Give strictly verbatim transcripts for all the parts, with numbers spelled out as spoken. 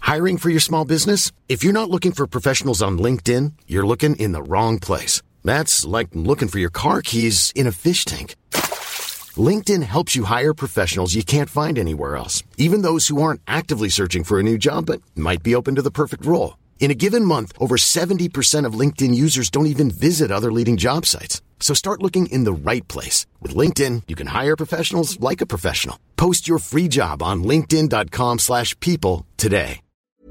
Hiring for your small business? If you're not looking for professionals on LinkedIn, you're looking in the wrong place. That's like looking for your car keys in a fish tank. LinkedIn helps you hire professionals you can't find anywhere else, even those who aren't actively searching for a new job but might be open to the perfect role. In a given month, over seventy percent of LinkedIn users don't even visit other leading job sites. So start looking in the right place. With LinkedIn, you can hire professionals like a professional. Post your free job on linkedin dot com slash people today.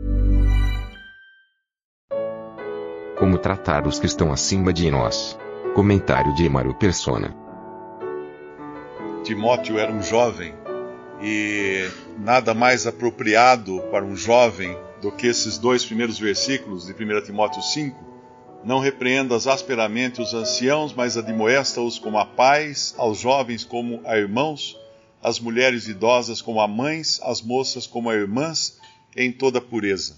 Como tratar os que estão acima de nós. Comentário de Emaro Persona. Timóteo era um jovem, e nada mais apropriado para um jovem do que esses dois primeiros versículos de primeira Timóteo cinco. Não repreendas asperamente os anciãos, mas admoesta-os como a pais, aos jovens como a irmãos, as mulheres idosas como a mães, as moças como a irmãs, em toda pureza.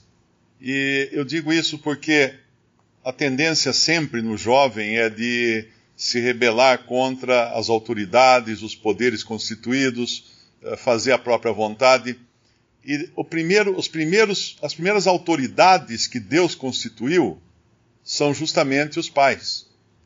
E eu digo isso porque a tendência sempre no jovem é de se rebelar contra as autoridades, os poderes constituídos, fazer a própria vontade. E o primeiro, os primeiros, as primeiras autoridades que Deus constituiu são justamente os pais.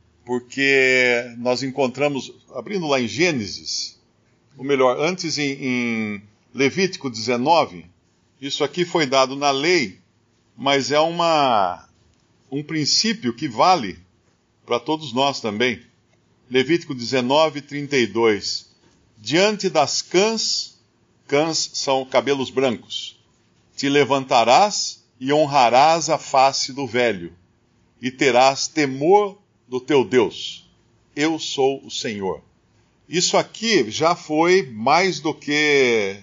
Porque nós encontramos, abrindo lá em Gênesis, ou melhor, antes em, em Levítico dezenove, isso aqui foi dado na lei, mas é uma, um princípio que vale para todos nós também. Levítico dezenove, trinta e dois. Diante das cãs, cãs são cabelos brancos, te levantarás e honrarás a face do velho, e terás temor do teu Deus. Eu sou o Senhor. Isso aqui já foi mais do que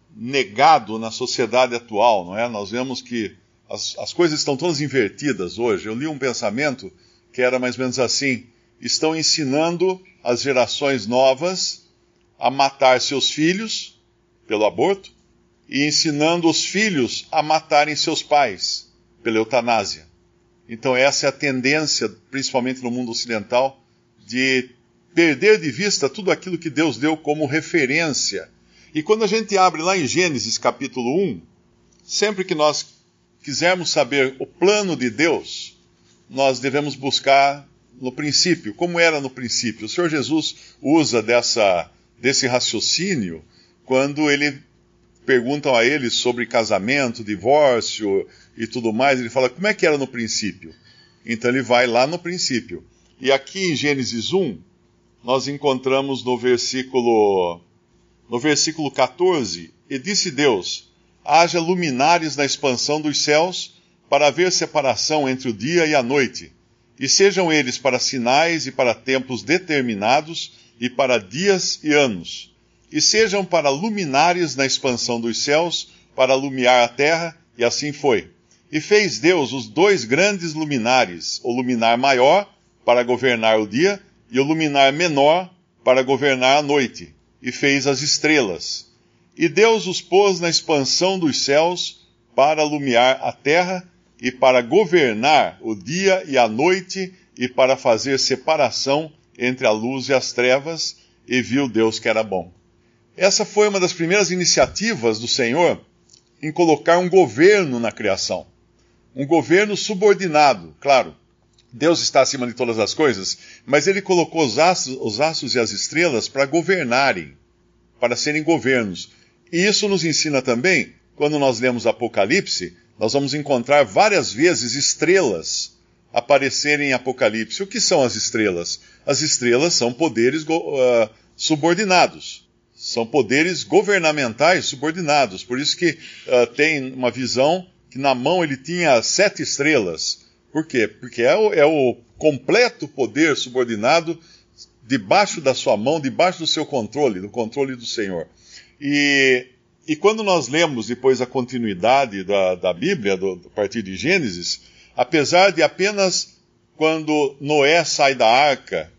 negado na sociedade atual, não é? Nós vemos que as, as coisas estão todas invertidas hoje. Eu li um pensamento que era mais ou menos assim: estão ensinando as gerações novas a matar seus filhos pelo aborto e ensinando os filhos a matarem seus pais pela eutanásia. Então essa é a tendência, principalmente no mundo ocidental, de perder de vista tudo aquilo que Deus deu como referência. E quando a gente abre lá em Gênesis capítulo um, sempre que nós quisermos saber o plano de Deus, nós devemos buscar no princípio, como era no princípio. O Senhor Jesus usa dessa, desse raciocínio quando ele perguntam a ele sobre casamento, divórcio e tudo mais. Ele fala, como é que era no princípio? Então ele vai lá no princípio. E aqui em Gênesis um, nós encontramos no versículo, no versículo catorze, e disse Deus, haja luminares na expansão dos céus, para haver separação entre o dia e a noite, e sejam eles para sinais e para tempos determinados, e para dias e anos, e sejam para luminares na expansão dos céus, para alumiar a terra, e assim foi. E fez Deus os dois grandes luminares, o luminar maior, para governar o dia, e o luminar menor, para governar a noite, e fez as estrelas. E Deus os pôs na expansão dos céus, para alumiar a terra, e para governar o dia e a noite, e para fazer separação entre a luz e as trevas, e viu Deus que era bom. Essa foi uma das primeiras iniciativas do Senhor em colocar um governo na criação. Um governo subordinado, claro. Deus está acima de todas as coisas, mas ele colocou os astros, os astros e as estrelas para governarem, para serem governos. E isso nos ensina também, quando nós lemos Apocalipse, nós vamos encontrar várias vezes estrelas aparecerem em Apocalipse. O que são as estrelas? As estrelas são poderes uh, subordinados. São poderes governamentais subordinados. Por isso que uh, tem uma visão que na mão ele tinha sete estrelas. Por quê? Porque é o, é o completo poder subordinado debaixo da sua mão, debaixo do seu controle, do controle do Senhor. E... E quando nós lemos depois a continuidade da, da Bíblia, do, a partir de Gênesis, apesar de apenas quando Noé sai da arca,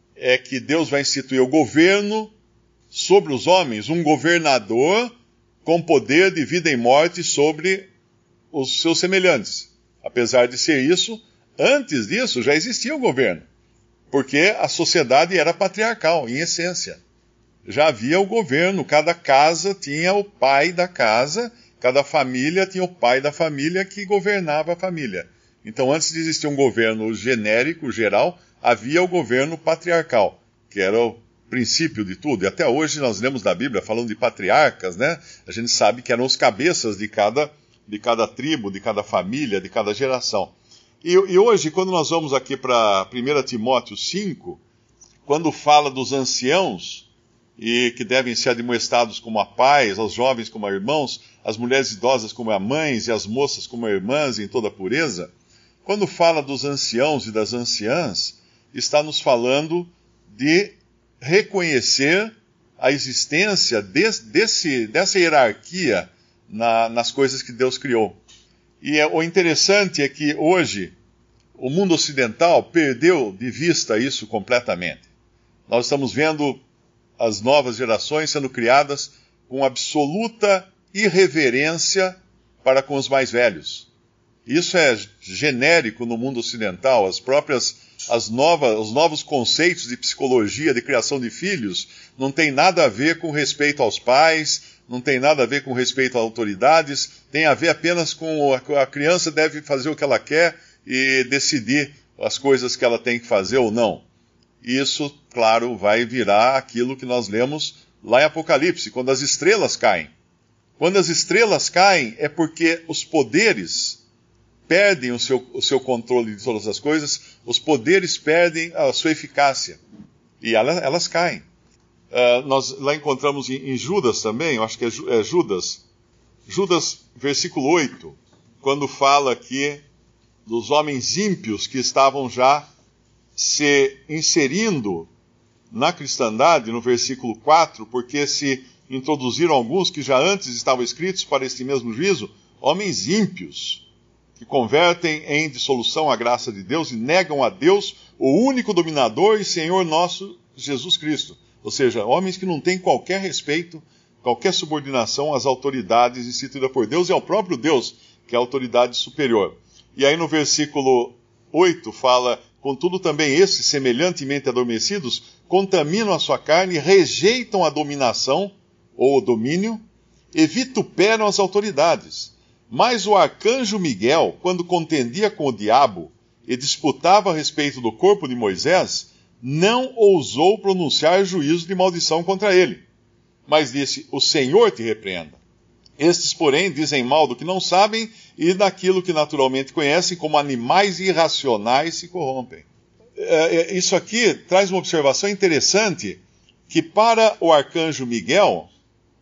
é que Deus vai instituir o governo sobre os homens, um governador com poder de vida e morte sobre os seus semelhantes. Apesar de ser isso, antes disso já existia o governo, porque a sociedade era patriarcal, em essência. Já havia o governo, cada casa tinha o pai da casa, Cada família tinha o pai da família que governava a família. Então, antes de existir um governo genérico, geral, havia o governo patriarcal, que era o princípio de tudo. E até hoje nós lemos na Bíblia falando de patriarcas, né? A gente sabe que eram os cabeças de cada, de cada tribo, de cada família, de cada geração. E, e hoje, quando nós vamos aqui para primeiro Timóteo cinco, quando fala dos anciãos, e que devem ser admoestados como a pais, aos jovens como a irmãos, as mulheres idosas como a mães e as moças como a irmãs em toda a pureza, quando fala dos anciãos e das anciãs, está nos falando de reconhecer a existência de, desse, dessa hierarquia na, nas coisas que Deus criou. E é, o interessante é que hoje o mundo ocidental perdeu de vista isso completamente. Nós estamos vendo as novas gerações sendo criadas com absoluta irreverência para com os mais velhos. Isso é genérico no mundo ocidental. As próprias, as novas, os novos conceitos de psicologia, de criação de filhos, não tem nada a ver com respeito aos pais, não tem nada a ver com respeito às autoridades, tem a ver apenas com a, a criança deve fazer o que ela quer e decidir as coisas que ela tem que fazer ou não. Isso, claro, vai virar aquilo que nós lemos lá em Apocalipse, quando as estrelas caem. Quando as estrelas caem, é porque os poderes perdem o seu, o seu controle de todas as coisas, os poderes perdem a sua eficácia, e elas, elas caem. Uh, nós lá encontramos em, em Judas também, eu acho que é, é Judas, Judas, versículo oito, quando fala aqui dos homens ímpios que estavam já se inserindo na cristandade, no versículo quatro, porque se introduziram alguns que já antes estavam escritos para este mesmo juízo, homens ímpios, que convertem em dissolução a graça de Deus e negam a Deus, o único dominador e Senhor nosso, Jesus Cristo. Ou seja, homens que não têm qualquer respeito, qualquer subordinação às autoridades instituídas por Deus e ao próprio Deus, que é a autoridade superior. E aí no versículo oito fala: contudo também esses, semelhantemente adormecidos, contaminam a sua carne, rejeitam a dominação, ou o domínio, e vituperam as autoridades. Mas o arcanjo Miguel, quando contendia com o diabo e disputava a respeito do corpo de Moisés, não ousou pronunciar juízo de maldição contra ele, mas disse: o Senhor te repreenda. Estes, porém, dizem mal do que não sabem e daquilo que naturalmente conhecem, como animais irracionais se corrompem. É, isso aqui traz uma observação interessante, que para o arcanjo Miguel,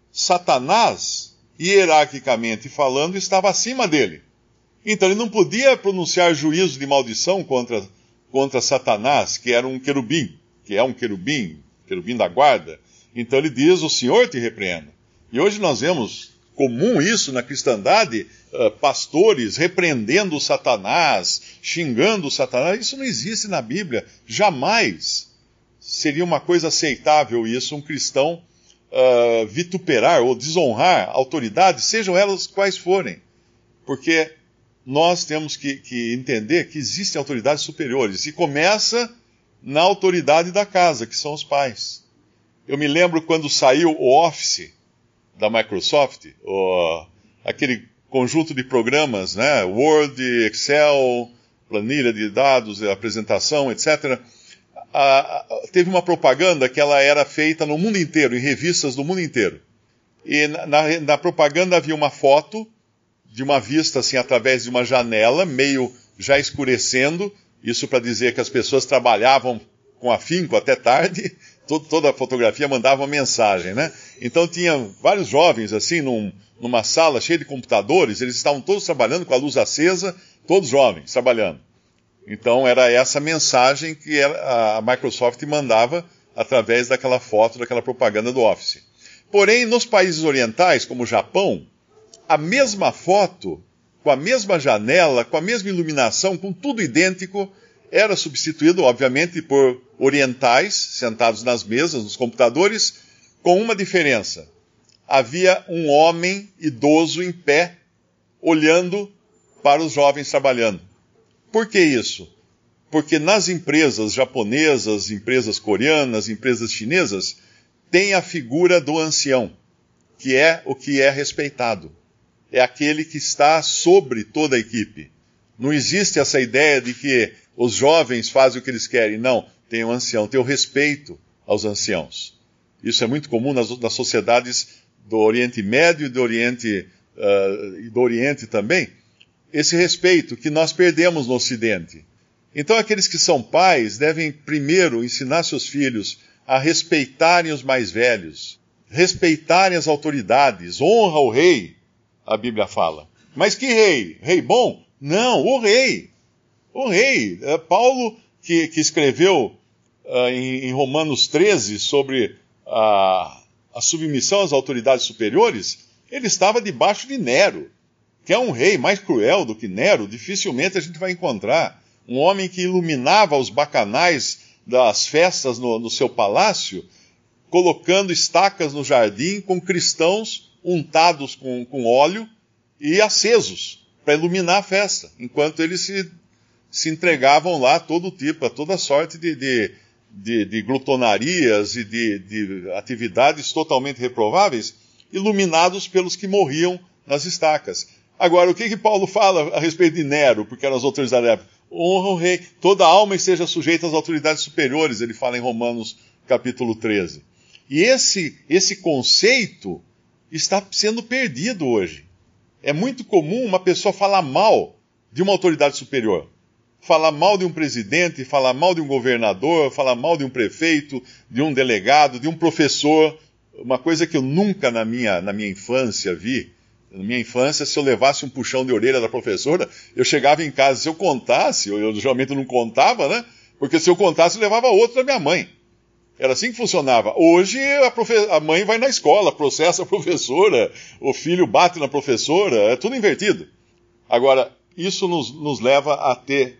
Satanás, hierarquicamente falando, estava acima dele. Então ele não podia pronunciar juízo de maldição contra, contra Satanás, que era um querubim, que é um querubim, querubim da guarda. Então ele diz: o Senhor te repreenda. E hoje nós vemos comum isso na cristandade, uh, pastores repreendendo o Satanás, xingando o Satanás. Isso não existe na Bíblia. Jamais seria uma coisa aceitável isso, um cristão uh, vituperar ou desonrar autoridades, sejam elas quais forem. Porque nós temos que, que entender que existem autoridades superiores. E começa na autoridade da casa, que são os pais. Eu me lembro quando saiu o Office da Microsoft, o, aquele conjunto de programas, né, Word, Excel, planilha de dados, apresentação, etcétera. A, a, teve uma propaganda que ela era feita no mundo inteiro, em revistas do mundo inteiro. E na, na, na propaganda havia uma foto de uma vista assim através de uma janela, meio já escurecendo, isso para dizer que as pessoas trabalhavam com afinco até tarde. Toda a fotografia mandava uma mensagem, né? Então tinha vários jovens, assim, num, numa sala cheia de computadores, eles estavam todos trabalhando com a luz acesa, todos jovens, trabalhando. Então era essa mensagem que a Microsoft mandava através daquela foto, daquela propaganda do Office. Porém, nos países orientais, como o Japão, a mesma foto, com a mesma janela, com a mesma iluminação, com tudo idêntico, era substituído, obviamente, por orientais, sentados nas mesas, nos computadores, com uma diferença. Havia um homem idoso em pé, olhando para os jovens trabalhando. Por que isso? Porque nas empresas japonesas, empresas coreanas, empresas chinesas, tem a figura do ancião, que é o que é respeitado. é aquele que está sobre toda a equipe. Não existe essa ideia de que os jovens fazem o que eles querem. Não, tem o ancião, tem o respeito aos anciãos. Isso é muito comum nas, nas sociedades do Oriente Médio e do Oriente, uh, e do Oriente também. Esse respeito que nós perdemos no Ocidente. Então aqueles que são pais devem primeiro ensinar seus filhos a respeitarem os mais velhos, respeitarem as autoridades, honra o rei, a Bíblia fala. Mas que rei? Rei bom? Não, o rei. O rei. É Paulo, que, que escreveu uh, em, em Romanos treze sobre a, a submissão às autoridades superiores, ele estava debaixo de Nero, que é um rei mais cruel do que Nero, dificilmente a gente vai encontrar. Um homem que iluminava os bacanais das festas no, no seu palácio, colocando estacas no jardim com cristãos untados com, com óleo e acesos para iluminar a festa, enquanto eles se, se entregavam lá a todo tipo, a toda sorte de, de, de, de glutonarias e de, de atividades totalmente reprováveis, iluminados pelos que morriam nas estacas. Agora, o que que Paulo fala a respeito de Nero, porque eram as autoridades da época? Honra o rei, toda alma esteja sujeita às autoridades superiores, ele fala em Romanos capítulo treze. E esse, esse conceito está sendo perdido hoje. É muito comum uma pessoa falar mal de uma autoridade superior. Falar mal de um presidente, falar mal de um governador, falar mal de um prefeito, de um delegado, de um professor. Uma coisa que eu nunca na minha, na minha infância vi. Na minha infância, se eu levasse um puxão de orelha da professora, eu chegava em casa, se eu contasse, eu, eu geralmente não contava, né? Porque se eu contasse, eu levava outro da minha mãe. Era assim que funcionava. Hoje a, profe... a mãe vai na escola, processa a professora, o filho bate na professora, é tudo invertido. Agora, isso nos, nos leva a ter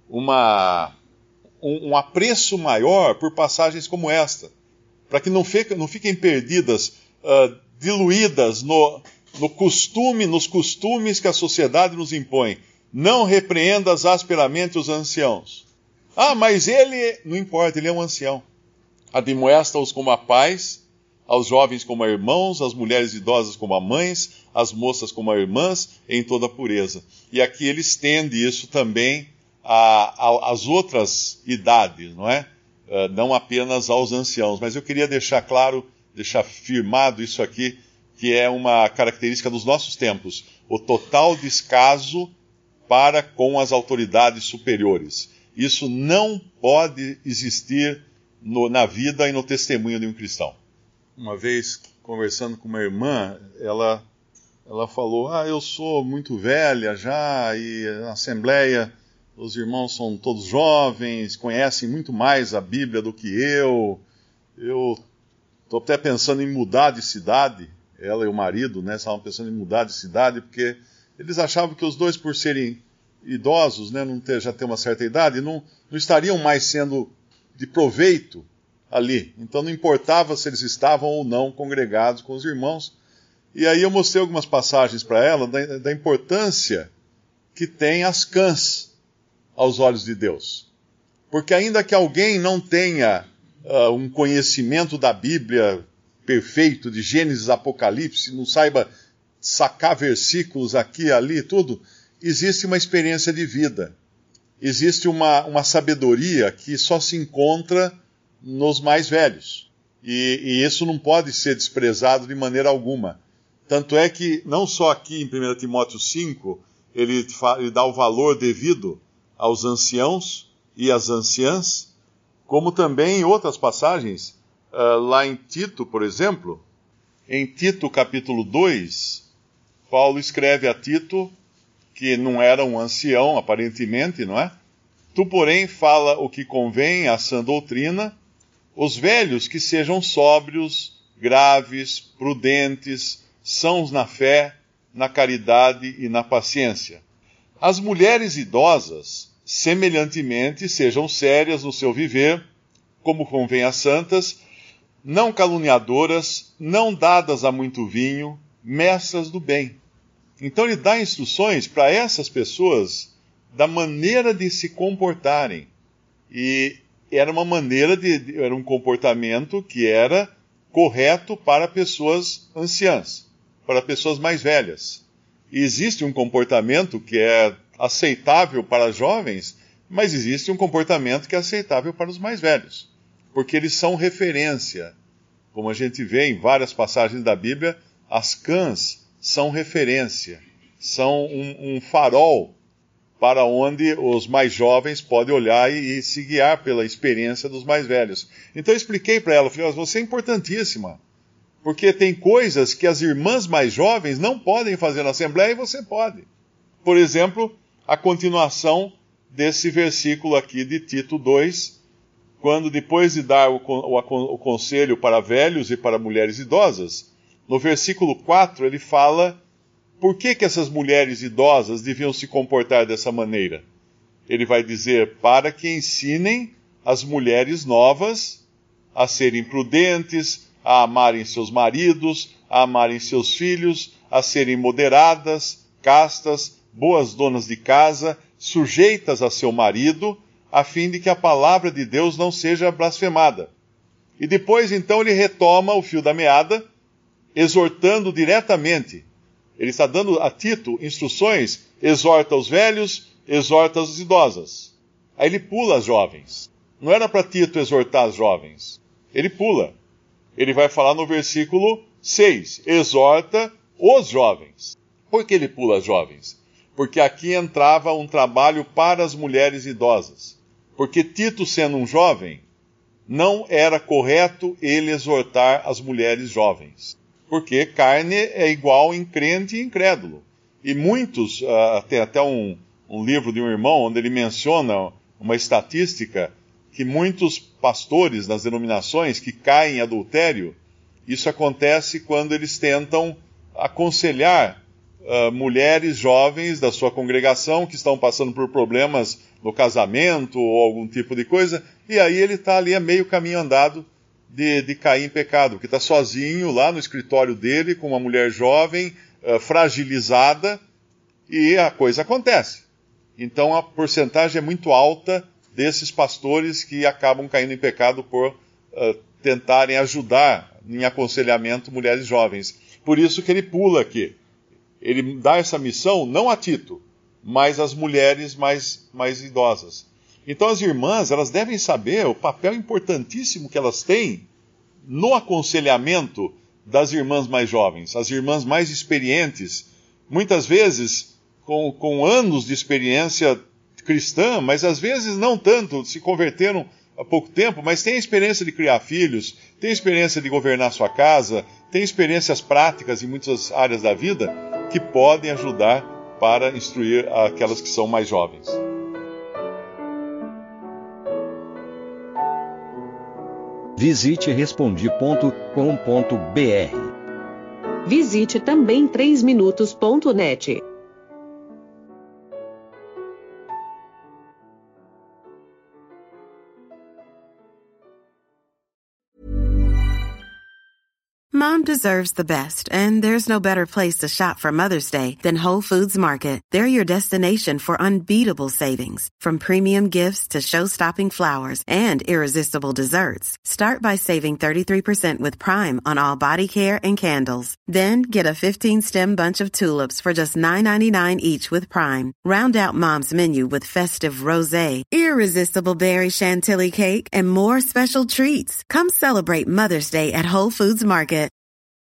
uma, um, um apreço maior por passagens como esta, para que não, fique, não fiquem perdidas, uh, diluídas no, no costume, nos costumes que a sociedade nos impõe. Não repreendas asperamente os anciãos. Ah, mas ele, não importa, ele é um ancião. Admoesta-os como a pais, aos jovens como a irmãos, às mulheres idosas como a mães, às moças como a irmãs, em toda a pureza. E aqui ele estende isso também às outras idades, não é? Uh, não apenas aos anciãos. Mas eu queria deixar claro, deixar firmado isso aqui, que é uma característica dos nossos tempos. O total descaso para com as autoridades superiores. Isso não pode existir No, na vida e no testemunho de um cristão. Uma vez, conversando com uma irmã, ela, ela falou, ah, eu sou muito velha já, e na Assembleia os irmãos são todos jovens, conhecem muito mais a Bíblia do que eu, eu estou até pensando em mudar de cidade, ela e o marido, né, estavam pensando em mudar de cidade, porque eles achavam que os dois, por serem idosos, né, não ter, já ter uma certa idade, não, não estariam mais sendo de proveito ali. Então não importava se eles estavam ou não congregados com os irmãos. E aí eu mostrei algumas passagens para ela da, da importância que tem as cãs aos olhos de Deus. Porque ainda que alguém não tenha uh, um conhecimento da Bíblia perfeito, de Gênesis, Apocalipse, não saiba sacar versículos aqui e ali, tudo, existe uma experiência de vida. Existe uma, uma sabedoria que só se encontra nos mais velhos. E, e isso não pode ser desprezado de maneira alguma. Tanto é que, não só aqui em primeira Timóteo cinco, ele, ele dá o valor devido aos anciãos e às anciãs, como também em outras passagens, uh, lá em Tito, por exemplo, em Tito capítulo dois, Paulo escreve a Tito, que não era um ancião, aparentemente, não é? Tu, porém, fala o que convém à sã doutrina, os velhos que sejam sóbrios, graves, prudentes, sãos na fé, na caridade e na paciência. As mulheres idosas, semelhantemente, sejam sérias no seu viver, como convém às santas, não caluniadoras, não dadas a muito vinho, mestras do bem. Então ele dá instruções para essas pessoas da maneira de se comportarem. E era uma maneira de, era um comportamento que era correto para pessoas anciãs, para pessoas mais velhas. E existe um comportamento que é aceitável para jovens, mas existe um comportamento que é aceitável para os mais velhos, porque eles são referência. Como a gente vê em várias passagens da Bíblia, as cãs são referência, são um, um farol para onde os mais jovens podem olhar e, e se guiar pela experiência dos mais velhos. Então eu expliquei para ela, falei, você é importantíssima, porque tem coisas que as irmãs mais jovens não podem fazer na Assembleia e você pode. Por exemplo, a continuação desse versículo aqui de Tito dois, quando depois de dar o, o, o conselho para velhos e para mulheres idosas, no versículo quatro ele fala por que, que essas mulheres idosas deviam se comportar dessa maneira. Ele vai dizer, para que ensinem as mulheres novas a serem prudentes, a amarem seus maridos, a amarem seus filhos, a serem moderadas, castas, boas donas de casa, sujeitas a seu marido, a fim de que a palavra de Deus não seja blasfemada. E depois, então, ele retoma o fio da meada, exortando diretamente. Ele está dando a Tito instruções, exorta os velhos, exorta as idosas. Aí ele pula as jovens. Não era para Tito exortar as jovens. Ele pula. Ele vai falar no versículo seis, exorta os jovens. Por que ele pula as jovens? Porque aqui entrava um trabalho para as mulheres idosas. Porque Tito, sendo um jovem, não era correto ele exortar as mulheres jovens. Porque carne é igual em crente e incrédulo. E muitos, uh, tem até um, um livro de um irmão, onde ele menciona uma estatística, que muitos pastores nas denominações que caem em adultério, isso acontece quando eles tentam aconselhar uh, mulheres jovens da sua congregação que estão passando por problemas no casamento ou algum tipo de coisa, e aí ele está ali a meio caminho andado de, de cair em pecado, que está sozinho lá no escritório dele com uma mulher jovem, uh, fragilizada, e a coisa acontece. Então a porcentagem é muito alta desses pastores que acabam caindo em pecado por uh, tentarem ajudar em aconselhamento mulheres jovens. Por isso que ele pula aqui. Ele dá essa missão não a Tito, mas às mulheres mais, mais idosas. Então as irmãs, elas devem saber o papel importantíssimo que elas têm no aconselhamento das irmãs mais jovens, as irmãs mais experientes, muitas vezes com, com anos de experiência cristã, mas às vezes não tanto, se converteram há pouco tempo, mas têm experiência de criar filhos, têm experiência de governar sua casa, têm experiências práticas em muitas áreas da vida que podem ajudar para instruir aquelas que são mais jovens. Visite respondi ponto com ponto b r. Visite também três minutos ponto net. Mom deserves the best, and there's no better place to shop for Mother's Day than Whole Foods Market. They're your destination for unbeatable savings, from premium gifts to show-stopping flowers and irresistible desserts. Start by saving thirty-three percent with Prime on all body care and candles. Then get a fifteen-stem bunch of tulips for just nine ninety-nine each with Prime. Round out Mom's menu with festive rosé, irresistible berry chantilly cake, and more special treats. Come celebrate Mother's Day at Whole Foods Market.